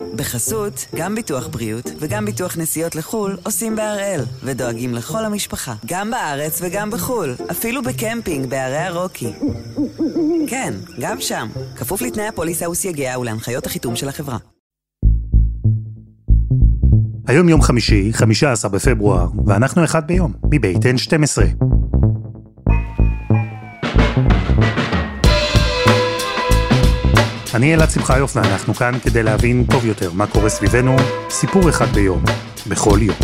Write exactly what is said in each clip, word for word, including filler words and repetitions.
בחסות, גם ביטוח בריאות וגם ביטוח נסיעות לחול עושים בהראל, ודואגים לכל המשפחה, גם בארץ וגם בחול, אפילו בקמפינג בערי הרוקי. כן, גם שם, כפוף לתנאי הפוליסה וסייגיה ולהנחיות החיתום של החברה. היום יום חמישי, חמישה עשר בפברואר, ואנחנו אחד ביום, מבית אן שתים עשרה. אני אלעד שמחיוף, ואנחנו כאן כדי להבין טוב יותר מה קורה סביבנו, סיפור אחד ביום, בכל יום.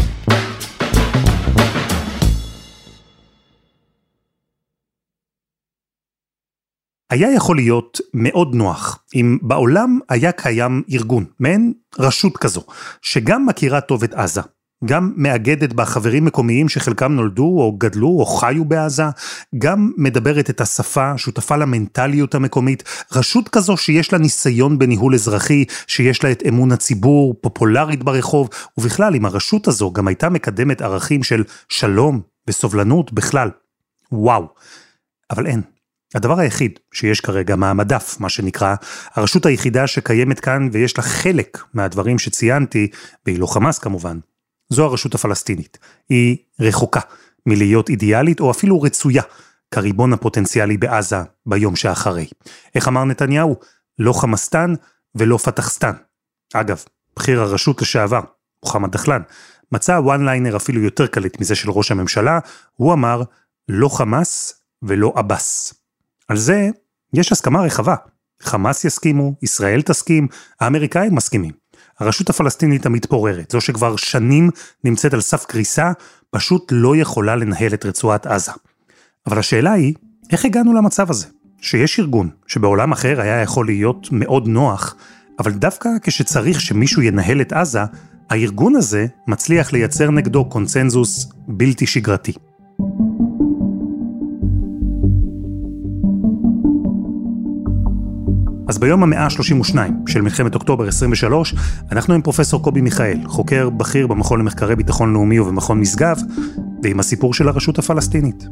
היה יכול להיות מאוד נוח אם בעולם היה קיים ארגון, מעין רשות כזו, שגם מכירה טוב את עזה, גם מאגדת בה חברים מקומיים שחלקם נולדו או גדלו או חיו בעזה, גם מדברת את השפה, שותפה למנטליות המקומית, רשות כזו שיש לה ניסיון בניהול אזרחי, שיש לה את אמון הציבור, פופולרית ברחוב, ובכלל עם הרשות הזו גם הייתה מקדמת ערכים של שלום וסובלנות בכלל. וואו, אבל אין. הדבר היחיד שיש כרגע מהמדף, מה שנקרא, הרשות היחידה שקיימת כאן ויש לה חלק מהדברים שציינתי, והיא לא חמאס כמובן, זו הרשות הפלסטינית. היא רחוקה מלהיות אידיאלית או אפילו רצויה, כריבון הפוטנציאלי בעזה ביום שאחרי. איך אמר נתניהו? לא חמאסטן ולא פתחסטן. אגב, בחיר הרשות לשעבר, מוחמד דחלן, מצא וואן ליינר אפילו יותר קליט מזה של ראש הממשלה, הוא אמר, לא חמאס ולא אבס. על זה יש הסכמה רחבה. חמאס יסכימו, ישראל תסכים, האמריקאים מסכימים. הרשות הפלסטינית המתפוררת, זו שכבר שנים נמצאת על סף קריסה, פשוט לא יכולה לנהל את רצועת עזה. אבל השאלה היא, איך הגענו למצב הזה? שיש ארגון שבעולם אחר היה יכול להיות מאוד נוח, אבל דווקא כשצריך שמישהו ינהל את עזה, הארגון הזה מצליח לייצר נגדו קונצנזוס בלתי שגרתי. אז ביום המאה ה-שלושים ושתיים של מלחמת אוקטובר עשרים ושלוש, אנחנו עם פרופסור קובי מיכאל, חוקר בכיר במכון למחקרי ביטחון לאומי ובמכון משגב, ועם הסיפור של הרשות הפלסטינית.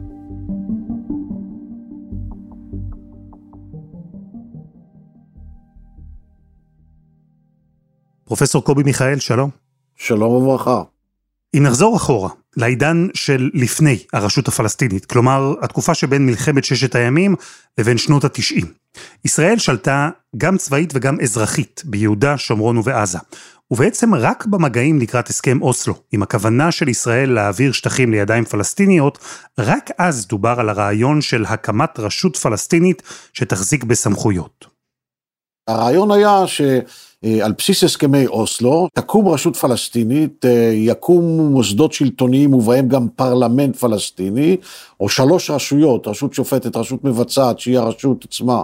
פרופסור קובי מיכאל, שלום. שלום וברכה. אם נחזור אחורה, לעידן של לפני הרשות הפלסטינית, כלומר, התקופה שבין מלחמת ששת הימים לבין שנות התשעים. ישראל שלטה גם צבאית וגם אזרחית ביהודה, שומרון ובעזה. ובעצם רק במגעים לקראת הסכם אוסלו, עם הכוונה של ישראל להעביר שטחים לידיים פלסטיניות, רק אז דובר על הרעיון של הקמת רשות פלסטינית שתחזיק בסמכויות. הרעיון היה ש... על בסיס הסכמי אוסלו, תקום רשות פלסטינית, יקום מוסדות שלטוניים ובהם גם פרלמנט פלסטיני, או שלוש רשויות, רשות שופטת, רשות מבצעת, שהיא הרשות עצמה,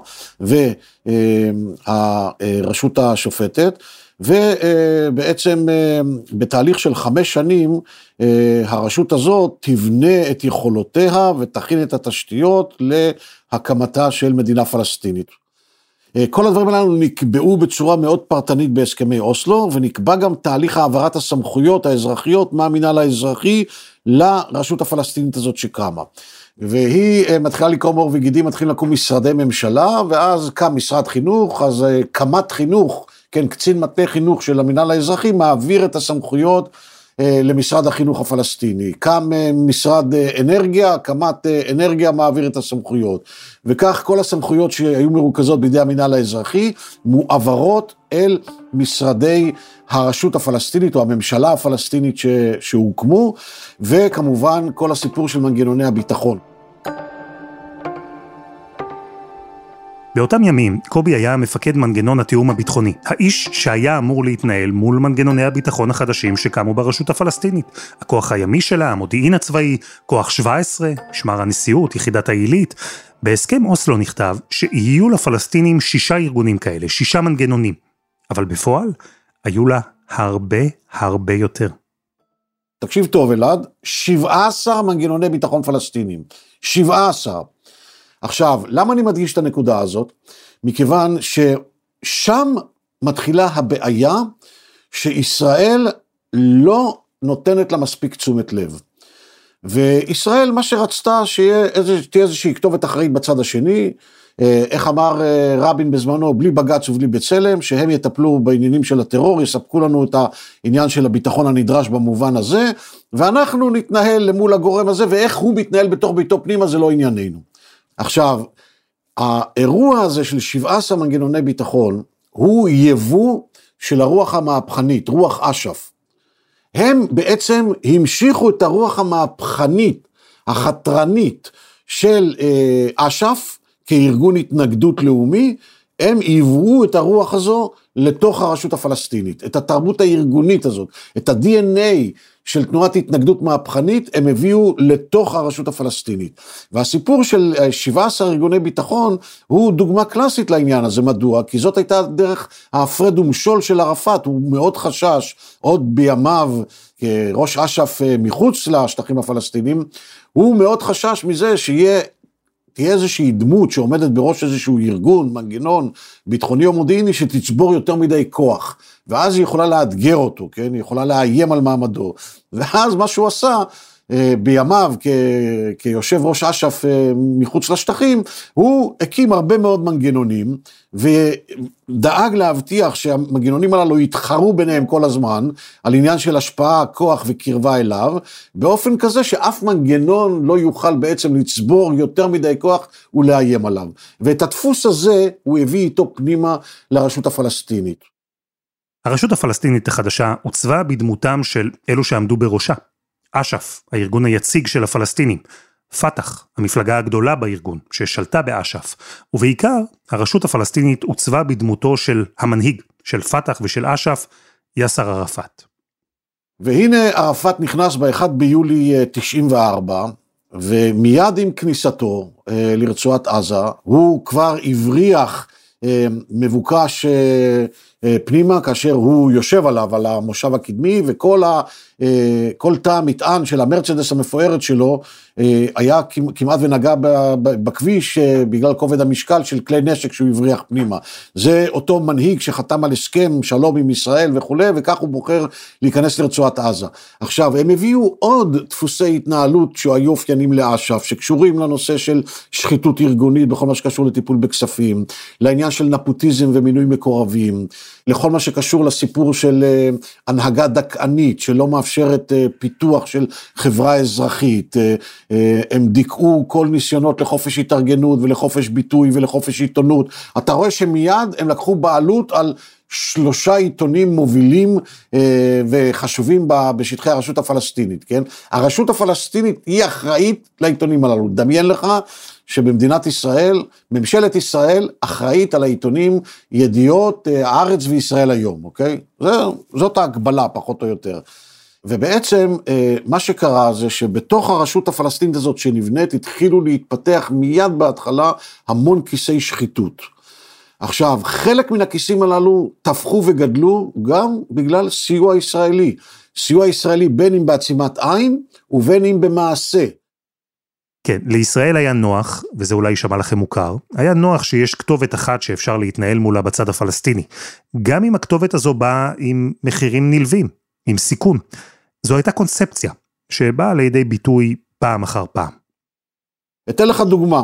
והרשות השופטת, ובעצם בתהליך של חמש שנים, הרשות הזאת תבנה את יכולותיה ותכין את התשתיות להקמתה של מדינה פלסטינית. כל הדברים האלה נקבעו בצורה מאוד פרטנית בהסכמי אוסלו, ונקבע גם תהליך העברת הסמכויות האזרחיות מהמינהל האזרחי לרשות הפלסטינית הזאת שקמה. והיא מתחילה לקרוא מור וגידים, מתחילים לקום משרדי ממשלה, ואז קם משרד חינוך, אז קמת חינוך, כן, קצין מטה חינוך של המינהל האזרחי, מעביר את הסמכויות למשרד החינוך הפלסטיני, קם משרד אנרגיה, קמת אנרגיה מעביר את הסמכויות, וכך כל הסמכויות שהיו מרוכזות בידי המינהל האזרחי, מועברות אל משרדי הרשות הפלסטינית, או הממשלה הפלסטינית שהוקמו, וכמובן כל הסיפור של מנגנוני הביטחון. באותם ימים, קובי היה מפקד מנגנון התיאום הביטחוני, האיש שהיה אמור להתנהל מול מנגנוני הביטחון החדשים שקמו ברשות הפלסטינית. הכוח הימי שלה, המודיעין הצבאי, כוח שבע עשרה, משמר הנשיאות, יחידת העילית. בהסכם אוסלו נכתב שיהיו לפלסטינים שישה ארגונים כאלה, שישה מנגנונים. אבל בפועל, היו לה הרבה הרבה יותר. תקשיב טוב אלעד, שבעה עשר מנגנוני ביטחון פלסטינים, שבעה עשר. עכשיו, למה אני מדגיש את הנקודה הזאת? מכיוון ששם מתחילה הבעיה שישראל לא נותנת לה מספיק תשומת לב. וישראל, מה שרצתה, שתהיה איזושהי כתובת אחראית בצד השני, איך אמר רבין בזמנו, בלי בג"ץ ובלי בצלם, שהם יטפלו בעניינים של הטרור, יספקו לנו את העניין של הביטחון הנדרש במובן הזה, ואנחנו נתנהל למול הגורם הזה, ואיך הוא מתנהל בתוך ביתו פנימה, זה לא ענייננו. עכשיו, האירוע הזה של שבעה עשר מנגנוני ביטחון, הוא יבוא של הרוח המהפכנית, רוח אש"ף. הם בעצם המשיכו את הרוח המהפכנית, החתרנית של אש"ף, כארגון התנגדות לאומי, הם עברו את הרוח הזו לתוך הרשות הפלסטינית, את התרבות הארגונית הזאת, את ה-די אן איי של תנועת התנגדות מהפכנית, הם הביאו לתוך הרשות הפלסטינית. והסיפור של שבעה עשר ארגוני ביטחון, הוא דוגמה קלאסית לעניין הזה. מדוע? כי זאת הייתה דרך ההפרד ומשול של ערפאת, הוא מאוד חשש, עוד בימיו, כראש אש"ף מחוץ לשטחים הפלסטינים, הוא מאוד חשש מזה שיהיה, תהיה איזושהי דמות שעומדת בראש איזשהו ארגון, מנגנון, ביטחוני או מודיעיני, שתצבור יותר מדי כוח, ואז היא יכולה לאתגר אותו, כן? היא יכולה לאיים על מעמדו, ואז מה שהוא עשה, בימיו כ... כיושב ראש אש"ף מחוץ לשטחים, הוא הקים הרבה מאוד מנגנונים, ודאג להבטיח שהמנגנונים הללו יתחרו ביניהם כל הזמן, על עניין של השפעה, כוח וקרבה אליו, באופן כזה שאף מנגנון לא יוכל בעצם לצבור יותר מדי כוח ולאיים עליו. ואת הדפוס הזה הוא הביא איתו פנימה לרשות הפלסטינית. הרשות הפלסטינית החדשה עוצבה בדמותם של אלו שעמדו בראשה. אש"ף, הארגון היציג של הפלסטינים, פתח, המפלגה הגדולה בארגון, ששלטה באש"ף, ובעיקר הרשות הפלסטינית עוצבה בדמותו של המנהיג, של פתח ושל אש"ף, יאסר ערפאת. והנה ערפאת נכנס ב-אחד ביולי תשעים וארבע, ומיד עם כניסתו לרצועת עזה, הוא כבר הבריח מבוקש פנימה, כאשר הוא יושב עליו, על המושב הקדמי, וכל ה, כל תא המטען של המרצדס המפוארת שלו, היה כמעט ונגע בכביש, בגלל כובד המשקל של כלי נשק שהוא הבריח פנימה. זה אותו מנהיג שחתם על הסכם שלום עם ישראל וכו', וכך הוא בוחר להיכנס לרצועת עזה. עכשיו, הם הביאו עוד דפוסי התנהלות שהיו אופיינים לאש"ף, שקשורים לנושא של שחיתות ארגונית, בכל מה שקשור לטיפול בכספים, לעניין של נפוטיזם ומינוי מקורבים, לכל מה שקשור לסיפור של הנהגה דכאנית, שלא מאפשרת פיתוח של חברה אזרחית. הם דיכאו כל ניסיונות לחופש התארגנות ולחופש ביטוי ולחופש עיתונות. אתה רואה שמיד הם לקחו בעלות על שלושה עיתונים מובילים וחשובים בשטחי הרשות הפלסטינית, כן? הרשות הפלסטינית היא אחראית לעיתונים הללו. דמיין לך שבמדינת ישראל, ממשלת ישראל אחראית על העיתונים ידיעות, הארץ וישראל היום, אוקיי? זה, זאת ההגבלה פחות או יותר. ובעצם מה שקרה זה שבתוך הרשות הפלסטינית הזאת שנבנית, התחילו להתפתח מיד בהתחלה המון כיסי שחיתות. עכשיו, חלק מן הכיסים הללו תפחו וגדלו גם בגלל סיוע ישראלי. סיוע ישראלי בין אם בעצימת עין ובין אם במעשה. כן, לישראל היה נוח, וזה אולי יישמע לכם מוכר, היה נוח שיש כתובת אחת שאפשר להתנהל מולה בצד הפלסטיני. גם אם הכתובת הזו באה עם מחירים נלווים, עם סיכון. זו הייתה קונספציה, שבאה לידי ביטוי פעם אחר פעם. אתן לך דוגמה.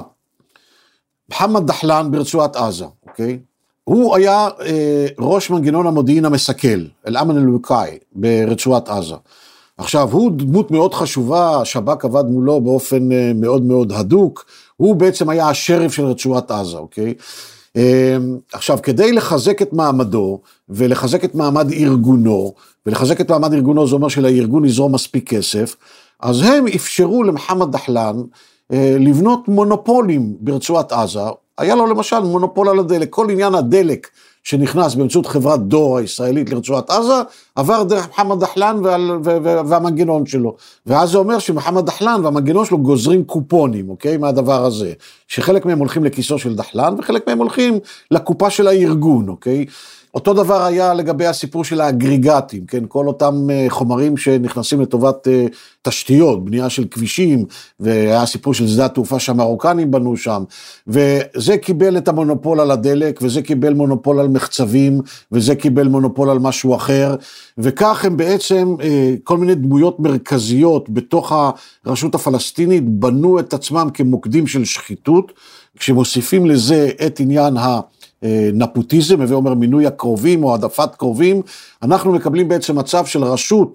מוחמד דחלן ברצועת עזה, אוקיי? הוא היה אה, ראש מנגנון המודיעין המסכל, אל-אמן אל-ווקאי, ברצועת עזה. עכשיו, הוא דמות מאוד חשובה, השב"כ עבד מולו באופן אה, מאוד מאוד הדוק, הוא בעצם היה השריף של רצועת עזה, אוקיי? אה, עכשיו, כדי לחזק את מעמדו, ולחזק את מעמד ארגונו, ולחזק את מעמד ארגונו, זה אומר שלארגון יזרום מספיק כסף, אז הם אפשרו למוחמד דחלן, לבנות מונופולים ברצועת עזה. היה לו למשל מונופול על הדלק, כל עניין הדלק שנכנס באמצעות חברת דור הישראלית לרצועת עזה, עבר דרך מוחמד דחלן והמנגנון שלו, ואז זה אומר שמוחמד דחלן והמנגנון שלו גוזרים קופונים, אוקיי, מהדבר הזה, שחלק מהם הולכים לכיסו של דחלן, וחלק מהם הולכים לקופה של הארגון, אוקיי, אותו דבר היה לגבי הסיפור של האגריגטים, כן? כל אותם חומרים שנכנסים לטובת תשתיות, בנייה של כבישים, והיה סיפור של שדה התעופה שהמרוקנים בנו שם, וזה קיבל את המונופול על הדלק, וזה קיבל מונופול על מחצבים, וזה קיבל מונופול על משהו אחר, וכך הם בעצם כל מיני דמויות מרכזיות בתוך הרשות הפלסטינית, בנו את עצמם כמוקדים של שחיתות, כשמוסיפים לזה את עניין הנפוטיזם, הווה אומר מינוי הקרובים או העדפת קרובים, אנחנו מקבלים בעצם מצב של רשות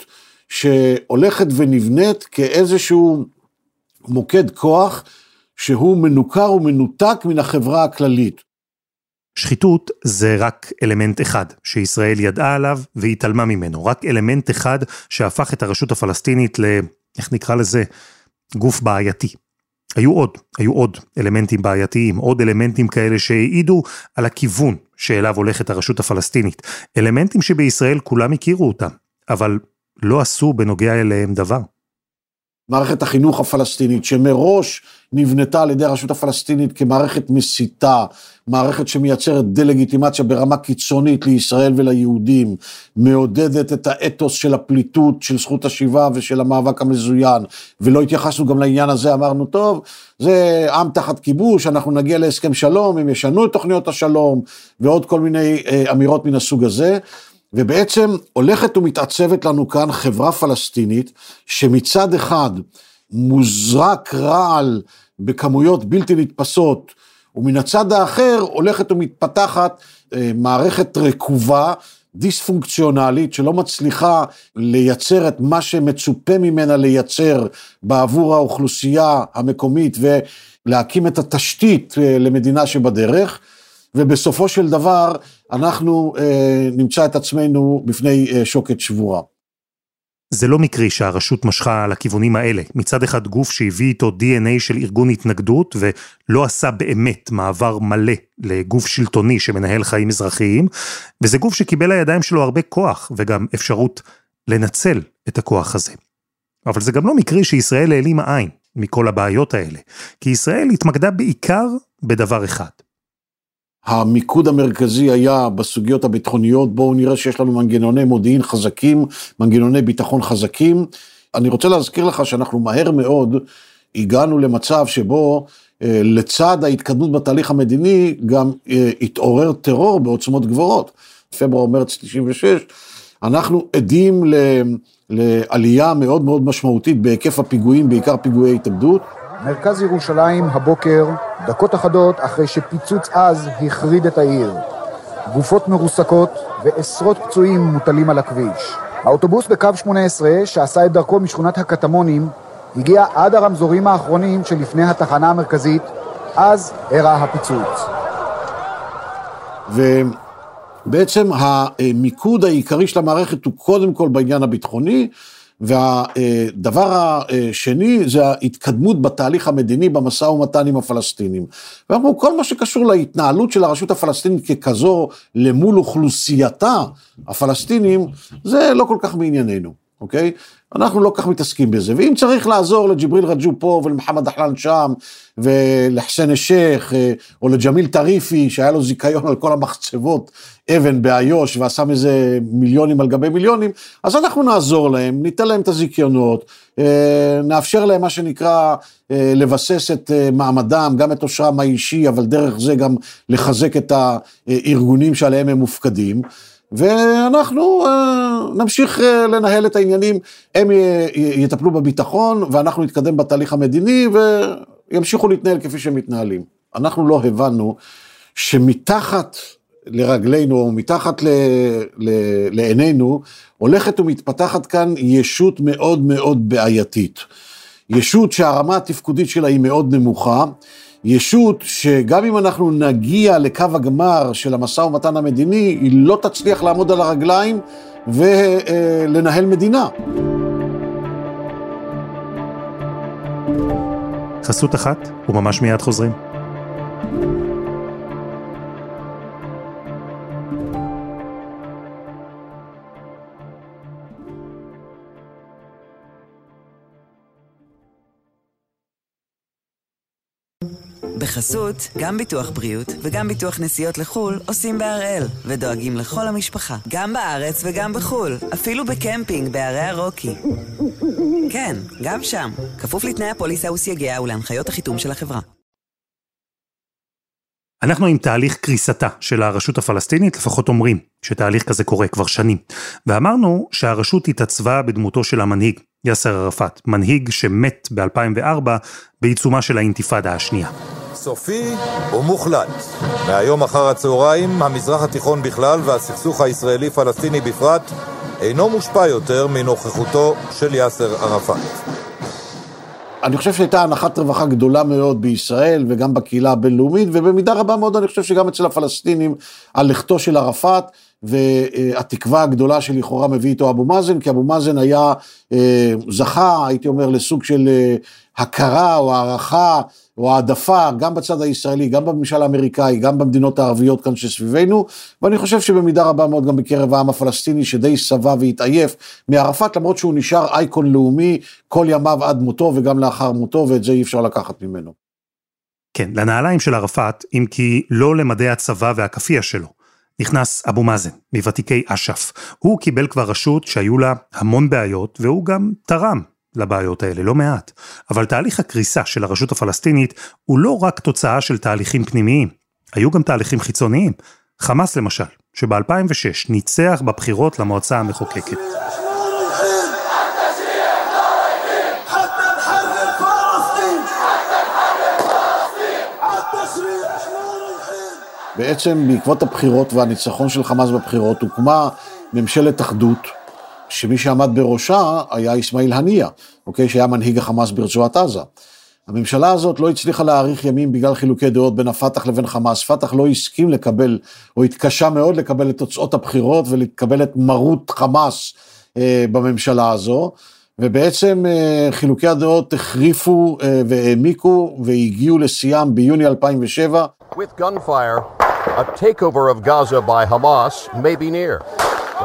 שהולכת ונבנית כאיזשהו מוקד כוח, שהוא מנוכר ומנותק מן החברה הכללית. שחיתות זה רק אלמנט אחד שישראל ידעה עליו והתעלמה ממנו, רק אלמנט אחד שהפך את הרשות הפלסטינית ל... איך נקרא לזה? גוף בעייתי. היו עוד, היו עוד אלמנטים בעייתיים, עוד אלמנטים כאלה שהעידו על הכיוון שאליו הולכת הרשות הפלסטינית. אלמנטים שבישראל כולם הכירו אותם, אבל לא עשו בנוגע אליהם דבר. מערכת החינוך הפלסטינית, שמראש נבנתה על ידי הרשות הפלסטינית כמערכת מסיתה, מערכת שמייצרת דלגיטימציה ברמה קיצונית לישראל וליהודים, מעודדת את האתוס של הפליטות, של זכות השיבה ושל המאבק המזוין, ולא התייחסנו גם לעניין הזה, אמרנו, טוב, זה עם תחת כיבוש, אנחנו נגיע להסכם שלום, הם ישנו את תוכניות השלום, ועוד כל מיני אה, אמירות מן הסוג הזה, ובעצם הולכת ומתעצבת לנו כאן חברה פלסטינית, שמצד אחד מוזרק רעל בכמויות בלתי נתפסות, ומן הצד האחר הולכת ומתפתחת מערכת רקובה, דיספונקציונלית, שלא מצליחה לייצר את מה שמצופה ממנה לייצר בעבור האוכלוסייה המקומית, ולהקים את התשתית למדינה שבדרך, ובסופו של דבר אנחנו אה, נמצא את עצמנו בפני אה, שוקת שבורה. זה לא מקרי שהרשות משכה על הכיוונים האלה. מצד אחד גוף שהביא איתו די אן איי של ארגון התנגדות, ולא עשה באמת מעבר מלא לגוף שלטוני שמנהל חיים אזרחיים, וזה גוף שקיבל לידיים שלו הרבה כוח, וגם אפשרות לנצל את הכוח הזה. אבל זה גם לא מקרי שישראל העלימה עין מכל הבעיות האלה, כי ישראל התמקדה בעיקר בדבר אחד. המיקוד המרכזי היה בסוגיות הביטחוניות, בואו נראה שיש לנו מנגנוני מודיעין חזקים, מנגנוני ביטחון חזקים. אני רוצה להזכיר לך שאנחנו מהר מאוד הגענו למצב שבו אה, לצד ההתקדמות בתהליך המדיני, גם אה, התעורר טרור בעוצמות גבוהות. פברואר מרץ תשעים ושש, אנחנו עדים ל, לעלייה מאוד מאוד משמעותית בהיקף הפיגועים, בעיקר פיגועי התאבדות. מרכז ירושלים הבוקר, דקות אחדות אחרי שפיצוץ עז החריד את העיר. גופות מרוסקות ועשרות פצועים מוטלים על הכביש. האוטובוס בקו שמונה עשרה, שעשה את דרכו משכונת הקטמונים, הגיע עד הרמזורים האחרונים שלפני התחנה המרכזית, אז אירע הפיצוץ. ובעצם המיקוד העיקרי של המערכת הוא קודם כל בעניין הביטחוני, והדבר השני זה ההתקדמות בתהליך המדיני במשא ומתן עם הפלסטינים. ואמרו, כל מה שקשור להתנהלות של הרשות הפלסטינית ככזו למול אוכלוסייתה הפלסטינים, זה לא כל כך מענייננו, אוקיי? אנחנו לא כך מתעסקים בזה, ואם צריך לעזור לג'יבריל רג'ו פה ולמחמד דחלן שם, ולחסן א-שייח, או לג'מיל טריפי, שהיה לו זיכיון על כל המחצבות אבן באיו"ש, ועשה מזה מיליונים על גבי מיליונים, אז אנחנו נעזור להם, ניתן להם את הזיכיונות, נאפשר להם מה שנקרא לבסס את מעמדם, גם את אושרם האישי, אבל דרך זה גם לחזק את הארגונים שעליהם הם מופקדים, ואנחנו נמשיך לנהל את העניינים, הם יטפלו בביטחון, ואנחנו נתקדם בתהליך המדיני, וימשיכו להתנהל כפי שהם מתנהלים. אנחנו לא הבנו שמתחת לרגלינו, או מתחת ל, ל, לעינינו, הולכת ומתפתחת כאן ישות מאוד מאוד בעייתית. ישות שהרמה התפקודית שלה היא מאוד נמוכה, ישות שגם אם אנחנו נגיע לקו הגמר של המשא ומתן המדיני, היא לא תצליח לעמוד על הרגליים ולנהל מדינה. חסות אחת, וממש מיד חוזרים. בחסות, גם ביטוח בריאות וגם ביטוח נסיעות לחול עושים בהראל ודואגים לכל המשפחה, גם בארץ וגם בחול, אפילו בקמפינג בערי הרוקי. כן, גם שם, כפוף לתנאי הפוליסה וסייגיה ולהנחיות החיתום של החברה. אנחנו עם תהליך קריסתה של הרשות הפלסטינית, לפחות אומרים שתהליך כזה קורה כבר שנים. ואמרנו שהרשות התעצבה בדמותו של המנהיג, יאסר ערפאת, מנהיג שמת ב-אלפיים וארבע בעיצומה של האינתיפאדה השנייה. סופי ומוחלט. מהיום אחר הצהריים, המזרח התיכון בכלל והסכסוך הישראלי-פלסטיני בפרט אינו מושפע יותר מנוכחותו של יאסר ערפאת. אני חושב שהייתה הנחת רווחה גדולה מאוד בישראל וגם בקהילה הבינלאומית, ובמידה רבה מאוד אני חושב שגם אצל הפלסטינים על לכתו של ערפאת, והתקווה הגדולה שלכאורה מביא איתו אבו מאזן, כי אבו מאזן היה זכה, הייתי אומר, לסוג של הכרה או הערכה או העדפה, גם בצד הישראלי, גם בממשל האמריקאי, גם במדינות הערביות כאן שסביבנו, ואני חושב שבמידה רבה מאוד גם בקרב העם הפלסטיני, שדי סבא והתעייף מערפאת, למרות שהוא נשאר אייקון לאומי כל ימיו עד מותו וגם לאחר מותו, ואת זה אי אפשר לקחת ממנו. כן, לנעליים של ערפאת, אם כי לא למדי הצבא והכפייה שלו, נכנס אבו מאזן, מוותיקי אש"ף. הוא קיבל כבר רשות שהיו לה המון בעיות, והוא גם תרם לבעיות האלה, לא מעט. אבל תהליך הקריסה של הרשות הפלסטינית הוא לא רק תוצאה של תהליכים פנימיים, היו גם תהליכים חיצוניים. חמאס למשל, שב-אלפיים ושש ניצח בבחירות למועצה המחוקקת. בעצם בעקבות הבחירות והניצחון של חמאס בבחירות, הוקמה ממשלת אחדות, שמי שעמד בראשה היה אסמאעיל הנייה, אוקיי, שהיה מנהיג החמאס ברצועת עזה. הממשלה הזאת לא הצליחה להאריך ימים בגלל חילוקי דעות בין הפתח לבין חמאס. פתח לא הסכים לקבל, או התקשה מאוד לקבל את תוצאות הבחירות, ולקבל את מרות חמאס אה, בממשלה הזו, ובעצם אה, חילוקי הדעות החריפו אה, והעמיקו, והגיעו לסיים ביוני אלפיים ושבע. With gunfire, a takeover of Gaza by Hamas may be near.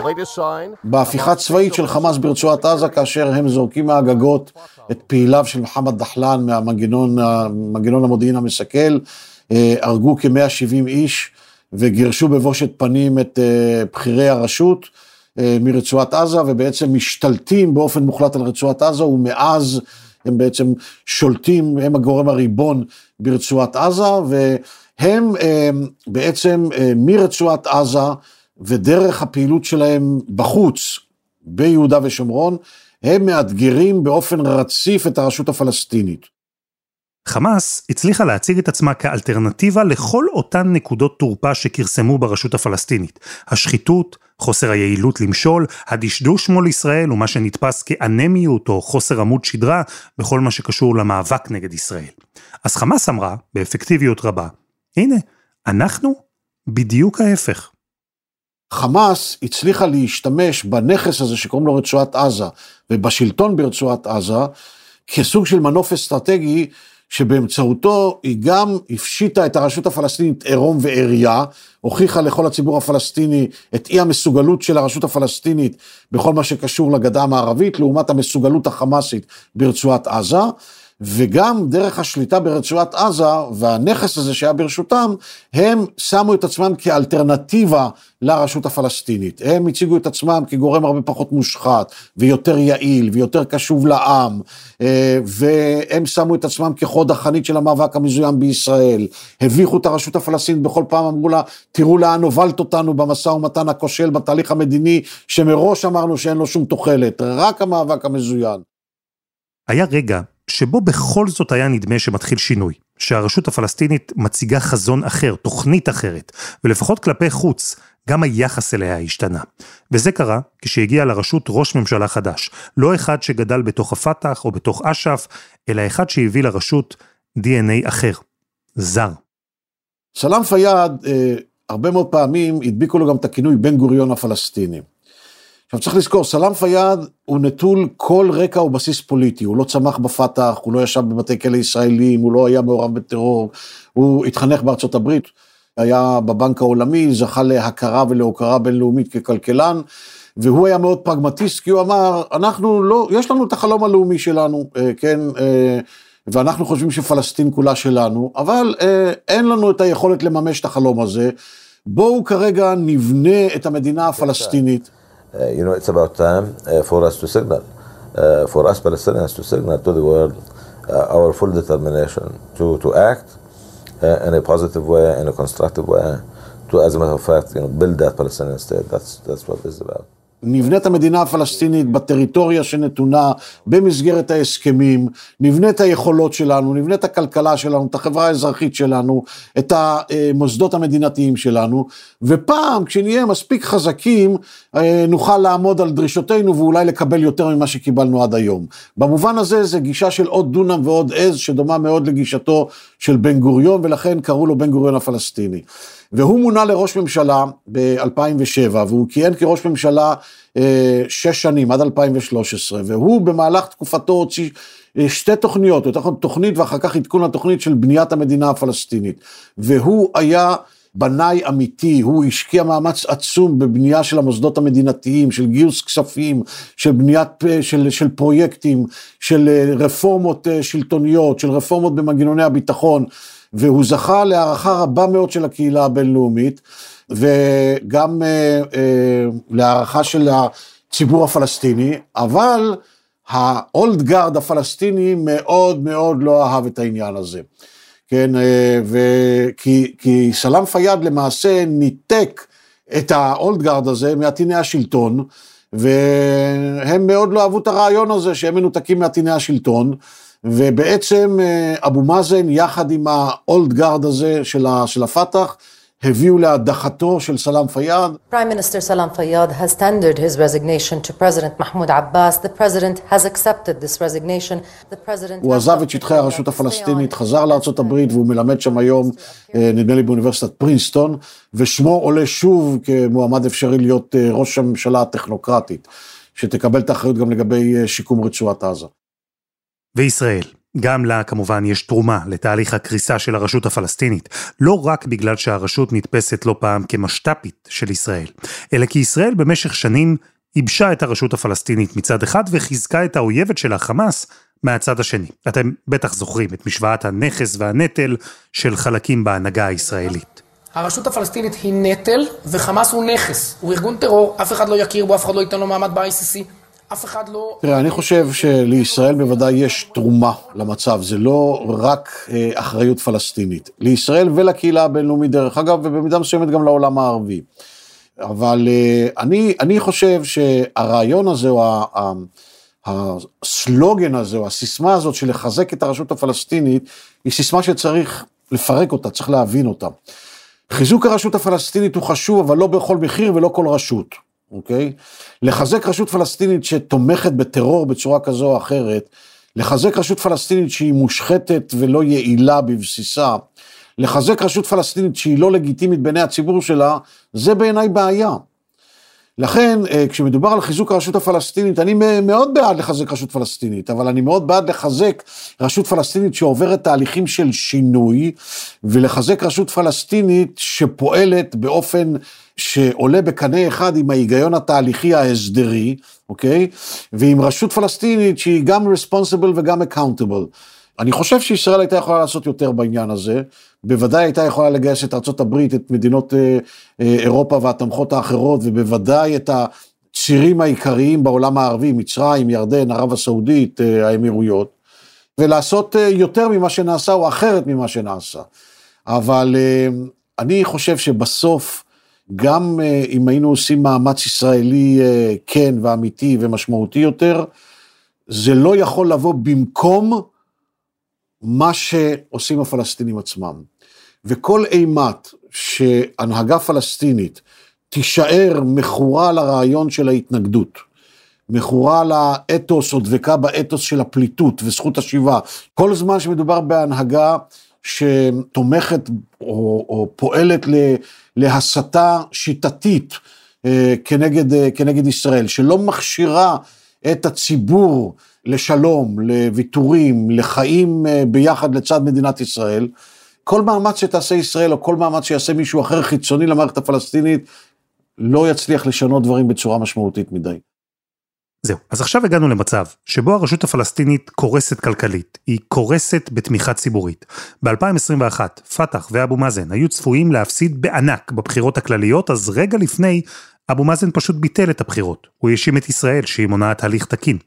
בהפיכה צבאית של חמאס ברצועת עזה, כאשר הם זורקים מהגגות את פעיליו של מוחמד דחלן מהמנגנון המנגנון המודיעין המסכל, הרגו כ-מאה שבעים איש וגירשו בבושת פנים את בחירי הרשות מרצועת עזה, ובעצם משתלטים באופן מוחלט על רצועת עזה, ומאז הם בעצם שולטים, הם הגורם הריבון ברצועת עזה, והם בעצם מרצועת עזה ודרך הפעילות שלהם בחוץ, ביהודה ושומרון, הם מאתגרים באופן רציף את הרשות הפלסטינית. חמאס הצליחה להציג את עצמה כאלטרנטיבה לכל אותן נקודות תורפה שכרסמו ברשות הפלסטינית. השחיתות, חוסר היעילות למשול, הדשדוש מול ישראל ומה שנתפס כאנמיות או חוסר עמוד שדרה בכל מה שקשור למאבק נגד ישראל. אז חמאס אמרה, באפקטיביות רבה, הנה, אנחנו בדיוק ההפך. חמאס הצליחה להשתמש בנכס הזה שקוראים לו רצועת עזה, ובשלטון ברצועת עזה, כסוג של מנוף אסטרטגי, שבאמצעותו היא גם הפשיטה את הרשות הפלסטינית עירום ועריה, הוכיחה לכל הציבור הפלסטיני את אי המסוגלות של הרשות הפלסטינית, בכל מה שקשור לגדה המערבית, לעומת המסוגלות החמאסית ברצועת עזה, וגם דרך השליטה ברצועת עזה, והנכס הזה שהיה ברשותם, הם שמו את עצמם כאלטרנטיבה לרשות הפלסטינית. הם הציגו את עצמם כגורם הרבה פחות מושחת, ויותר יעיל, ויותר קשוב לעם, והם שמו את עצמם כחוד החנית של המאבק המזוין בישראל, הביכו את הרשות הפלסטינית בכל פעם, אמרו לה, תראו לאן הובלת אותנו במשא ומתן הכושל, בתהליך המדיני, שמראש אמרנו שאין לו שום תוחלת, רק המאבק המזוין. היה רגע שבו בכל זאת היה נדמה שמתחיל שינוי, שהרשות הפלסטינית מציגה חזון אחר, תוכנית אחרת, ולפחות כלפי חוץ, גם היחס אליה השתנה. וזה קרה כשהגיע לרשות ראש ממשלה חדש, לא אחד שגדל בתוך הפתח או בתוך אש"ף, אלא אחד שהביא לרשות די אן איי אחר, זר. סלאם פיאד, אה, הרבה מאוד פעמים הדביקו לו גם את הכינוי בן גוריון הפלסטיני. עכשיו צריך לזכור, סלאם פיאד הוא נטול כל רקע ובסיס פוליטי, הוא לא צמח בפתח, הוא לא ישב בבתי כלא ישראלים, הוא לא היה מעורב בטרור, הוא התחנך בארצות הברית, היה בבנק העולמי, זכה להכרה ולהוקרה בינלאומית ככלכלן, והוא היה מאוד פרגמטיסט, כי הוא אמר, אנחנו לא, יש לנו את החלום הלאומי שלנו, כן, ואנחנו חושבים שפלסטין כולה שלנו, אבל אין לנו את היכולת לממש את החלום הזה, בואו כרגע נבנה את המדינה הפלסטינית, Uh, you know, it's about time uh, for us to signal, uh, for us Palestinians to signal to the world uh, our full determination to, to act uh, in a positive way, in a constructive way, to, as a matter of fact, you know, build that Palestinian state. That's, that's what this is about. נבנית המדינה הפלסטינית בטריטוריה שנתונה במסגרת ההסכמים, נבנית היכולות שלנו, נבנית הכלכלה שלנו, את החברה האזרחית שלנו, את המוסדות המדינתיים שלנו, ופעם כשנהיה מספיק חזקים נוכל לעמוד על דרישותינו ואולי לקבל יותר ממה שקיבלנו עד היום. במובן הזה זה גישה של עוד דונם ועוד עז שדומה מאוד לגישתו של בן גוריון, ולכן קראו לו בן גוריון הפלסטיני. והוא מונה לראש ממשלה ב-אלפיים ושבע, והוא כיהן כראש ממשלה אה, שש שנים, עד אלפיים ושלוש עשרה, והוא במהלך תקופתו הוציא אה, שתי תוכניות, יותר נכון תוכנית ואחר כך עדכון לתוכנית של בניית המדינה הפלסטינית, והוא היה בנאי אמיתי, הוא השקיע מאמץ עצום בבנייה של המוסדות המדינתיים, של גיוס כספים, של בניית, של, של פרויקטים, של רפורמות שלטוניות, של רפורמות במנגנוני הביטחון, והוא זכה להערכה רבה מאוד של הקהילה הבינלאומית, וגם אה, אה, להערכה של הציבור הפלסטיני, אבל האולד גארד הפלסטיני מאוד מאוד לא אהב את העניין הזה. כן, וכי, כי סלאם פיאד למעשה ניתק את האולד גארד הזה מעטיני השלטון, והם מאוד לא אהבו את הרעיון הזה שהם מנותקים מעטיני השלטון, ובעצם אבו מאזן יחד עם האולד גארד הזה של, של הפתח, הביאו להדחתו של סלאם פיאד. Prime Minister Salam Fayyad has tendered his resignation to President Mahmoud Abbas. The president has accepted this resignation. The president הוא עזב את שטחי הרשות הפלסטינית, חזר לארצות הברית, והוא מלמד שם היום, נדמה לי באוניברסיטת פרינסטון, ושמו עולה שוב כמועמד אפשרי להיות ראש הממשלה הטכנוקרטית, שתקבל את האחריות גם לגבי שיקום רצועת עזה. וישראל. גם לה כמובן יש תרומה לתהליך הקריסה של הרשות הפלסטינית, לא רק בגלל שהרשות נתפסת לא פעם כמשת"פית של ישראל, אלא כי ישראל במשך שנים ייבשה את הרשות הפלסטינית מצד אחד וחיזקה את האויבת של החמאס מהצד השני. אתם בטח זוכרים את משוואת הנכס והנטל של חלקים בהנהגה הישראלית. הרשות הפלסטינית היא נטל וחמאס הוא נכס, הוא ארגון טרור, אף אחד לא יכיר בו, אף אחד לא ייתן לו מעמד ב-איי סי סי. אף אחד לא... תראה, אני חושב שלישראל בוודאי יש תרומה למצב, זה לא רק אה, אחריות פלסטינית. לישראל ולקהילה הבינלאומית דרך אגב, ובמידה מסוימת גם לעולם הערבי. אבל אה, אני, אני חושב שהרעיון הזה, או ה, ה, הסלוגן הזה, או הסיסמה הזאת של לחזק את הרשות הפלסטינית, היא סיסמה שצריך לפרק אותה, צריך להבין אותה. חיזוק הרשות הפלסטינית הוא חשוב, אבל לא בכל מחיר ולא כל רשות. אוקיי? לחזק רשות פלסטינית שתומכת בטרור בצורה כזו או אחרת, לחזק רשות פלסטינית שהיא מושחתת ולא יעילה בבסיסה, לחזק רשות פלסטינית שהיא לא לגיטימית בעיני הציבור שלה, זה בעיניי בעיה. לכן, כשמדובר על חיזוק הרשות הפלסטינית, אני מאוד בעד לחזק רשות פלסטינית, אבל אני מאוד בעד לחזק רשות פלסטינית שעוברת תהליכים של שינוי, ולחזק רשות פלסטינית שפועלת באופן שעולה בקנה אחד עם ההיגיון התהליכי ההסדרי, אוקיי? ועם רשות פלסטינית שהיא גם responsible וגם accountable. אני חושב שישראל הייתה יכולה לעשות יותר בעניין הזה, בוודאי הייתה יכולה לגייס את ארצות הברית, את מדינות אירופה והתמכות האחרות, ובוודאי את הצירים העיקריים בעולם הערבי, מצרים, ירדן, ערב הסעודית, האמירויות, ולעשות יותר ממה שנעשה או אחרת ממה שנעשה. אבל אני חושב שבסוף, גם אם היינו עושים מאמץ ישראלי כן ואמיתי ומשמעותי יותר, זה לא יכול לבוא במקום מה שעושים הפלסטינים עצמם. וכל אימת שהנהגה פלסטינית תישאר מכורה לרעיון של ההתנגדות, מכורה לאתוס או דבקה באתוס של הפליטות וזכות השיבה, כל זמן שמדובר בהנהגה שתומכת או, או פועלת להסתה שיטתית כנגד, כנגד ישראל, שלא מכשירה את הציבור לשלום, לוויתורים, לחיים ביחד לצד מדינת ישראל, כל מאמץ שתעשה ישראל, או כל מאמץ שיעשה מישהו אחר חיצוני למערכת הפלסטינית, לא יצליח לשנות דברים בצורה משמעותית מדי. זהו, אז עכשיו הגענו למצב שבו הרשות הפלסטינית קורסת כלכלית, היא קורסת בתמיכה ציבורית. ב-אלפיים עשרים ואחת, פתח ואבו מאזן היו צפויים להפסיד בענק בבחירות הכלליות, אז רגע לפני, אבו מאזן פשוט ביטל את הבחירות. הוא האשים את ישראל שהיא מונעת הליך תקין.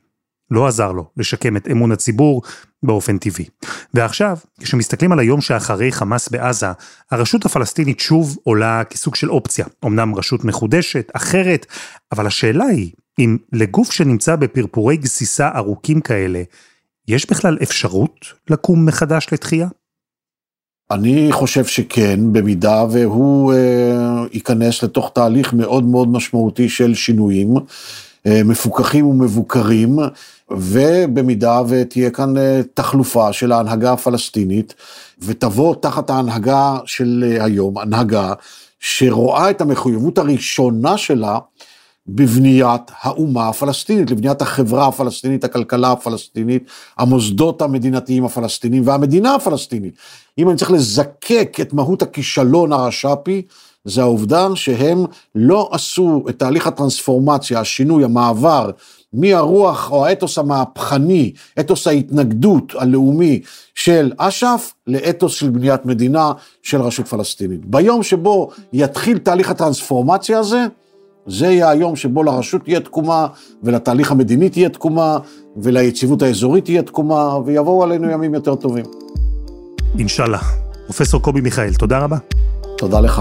לא עזר לו לשקם את אמון הציבור באופן טבעי. ועכשיו, כשמסתכלים על היום שאחרי חמאס בעזה, הרשות הפלסטינית שוב עולה כסוג של אופציה. אמנם רשות מחודשת, אחרת, אבל השאלה היא, אם לגוף שנמצא בפרפורי גסיסה ארוכים כאלה, יש בכלל אפשרות לקום מחדש לתחייה? אני חושב שכן, במידה והוא אה, ייכנס לתוך תהליך מאוד מאוד משמעותי של שינויים, אה, מפוקחים ומבוקרים, ובמידה ותהיה כאן אה, תחלופה של ההנהגה הפלסטינית, ותבוא תחת ההנהגה של אה, היום, הנהגה שרואה את המחויבות הראשונה שלה, בבניית האומה הפלסטינית, לבניית החברה הפלסטינית, הכלכלה הפלסטינית, המוסדות המדינתיים הפלסטיניים והמדינה הפלסטינית. אם אני צריך לזקק את מהות הכישלון הרש"פי, זה העובדה שהם לא עשו את תהליך הטרנספורמציה, השינוי, המעבר, מהרוח או האתוס המהפכני, אתוס ההתנגדות הלאומי של אש"ף, לאתוס של בניית מדינה של רשות פלסטינית. ביום שבו יתחיל תהליך הטרנספורמציה הזה, זה יהיה היום שבו לרשות תהיה תקומה, ולתהליך המדיני תהיה תקומה, וליציבות האזורית תהיה תקומה, ויבואו עלינו ימים יותר טובים. אינשאללה. פרופסור קובי מיכאל, תודה רבה. תודה לך.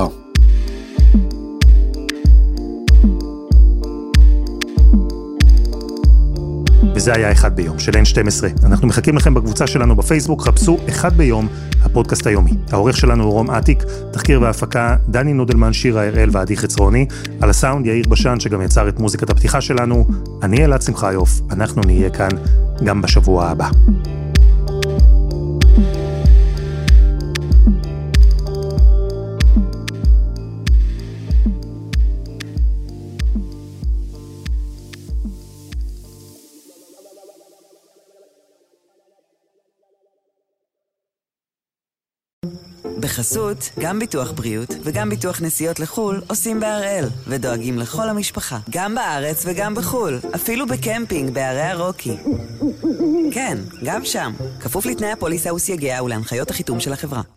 וזה היה אחד ביום של אן שתים עשרה. אנחנו מחכים לכם בקבוצה שלנו בפייסבוק, חפשו אחד ביום, הפודקאסט היומי. העורך שלנו הוא רום עתיק, תחקיר והפקה דני נודלמן, שירה הראל ועדי חצרוני, על הסאונד יאיר בשן שגם יצר את מוזיקת הפתיחה שלנו. אני אלעד שמחיוף, אנחנו נהיה כאן גם בשבוע הבא. בחסות, גם ביטוח בריאות וגם ביטוח נסיעות לחול עושים בהראל ודואגים לכל המשפחה, גם בארץ וגם בחול, אפילו בקמפינג בערי הרוקי. כן, גם שם, כפוף לתנאי הפוליסה וסייגיה ולהנחיות החיתום של החברה.